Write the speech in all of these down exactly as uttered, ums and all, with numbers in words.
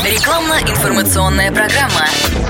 Рекламно-информационная программа.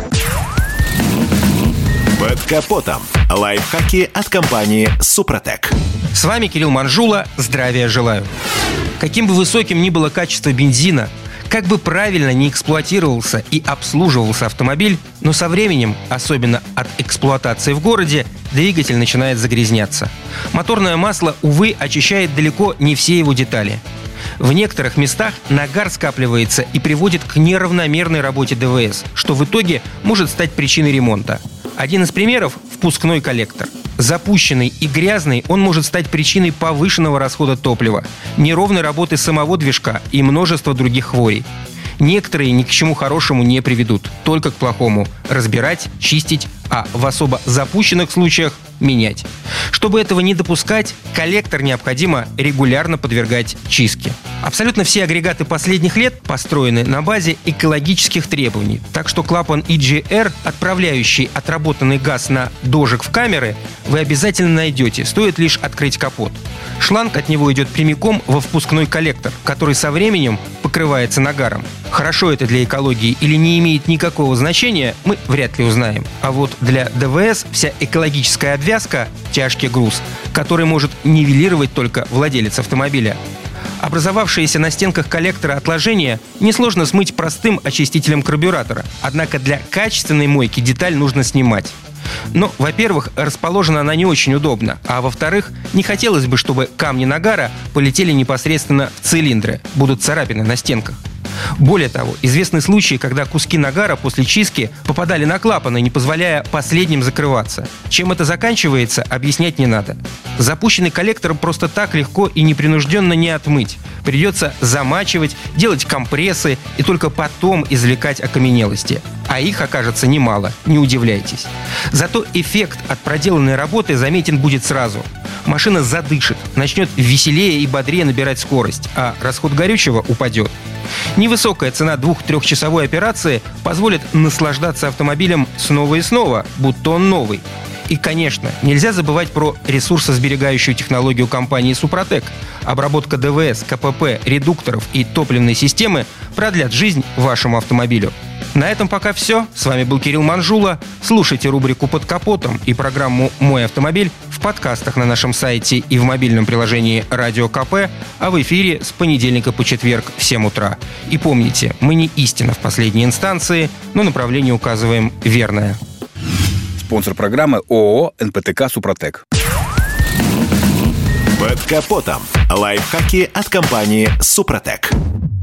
Под капотом. Лайфхаки от компании «Супротек». С вами Кирилл Манжула. Здравия желаю. Каким бы высоким ни было качество бензина, как бы правильно ни эксплуатировался и обслуживался автомобиль, но со временем, особенно от эксплуатации в городе, двигатель начинает загрязняться. Моторное масло, увы, очищает далеко не все его детали. В некоторых местах нагар скапливается и приводит к неравномерной работе ДВС, что в итоге может стать причиной ремонта. Один из примеров – впускной коллектор. Запущенный и грязный, он может стать причиной повышенного расхода топлива, неровной работы самого движка и множества других хворей. Некоторые ни к чему хорошему не приведут, только к плохому. Разбирать, чистить, а в особо запущенных случаях менять. Чтобы этого не допускать, коллектор необходимо регулярно подвергать чистке. Абсолютно все агрегаты последних лет построены на базе экологических требований, так что клапан и джи ар, отправляющий отработанный газ на дожиг в камеры, вы обязательно найдете, стоит лишь открыть капот. Шланг от него идет прямиком во впускной коллектор, который со временем покрывается нагаром. Хорошо это для экологии или не имеет никакого значения, мы вряд ли узнаем. А вот для ДВС вся экологическая обвязка – тяжкий груз, который может нивелировать только владелец автомобиля. Образовавшиеся на стенках коллектора отложения несложно смыть простым очистителем карбюратора, однако для качественной мойки деталь нужно снимать. Но, во-первых, расположена она не очень удобно, а во-вторых, не хотелось бы, чтобы камни нагара полетели непосредственно в цилиндры, будут царапины на стенках. Более того, известны случаи, когда куски нагара после чистки попадали на клапаны, не позволяя последним закрываться. Чем это заканчивается, объяснять не надо. Запущенный коллектор просто так легко и непринужденно не отмыть. Придется замачивать, делать компрессы и только потом извлекать окаменелости. А их окажется немало, не удивляйтесь. Зато эффект от проделанной работы заметен будет сразу. Машина задышит, начнет веселее и бодрее набирать скорость, а расход горючего упадет. Невысокая цена двух-трехчасовой операции позволит наслаждаться автомобилем снова и снова, будто он новый. И, конечно, нельзя забывать про ресурсосберегающую технологию компании «Супротек». Обработка ДВС, КПП, редукторов и топливной системы продлят жизнь вашему автомобилю. На этом пока все. С вами был Кирилл Манжула. Слушайте рубрику «Под капотом» и программу «Мой автомобиль» в подкастах на нашем сайте и в мобильном приложении «Радио КП», а в эфире с понедельника по четверг в семь утра. И помните, мы не истина в последней инстанции, но направление указываем верное. Спонсор программы ООО эн пэ тэ ка «Супротек». Под капотом. Лайфхаки от компании «Супротек».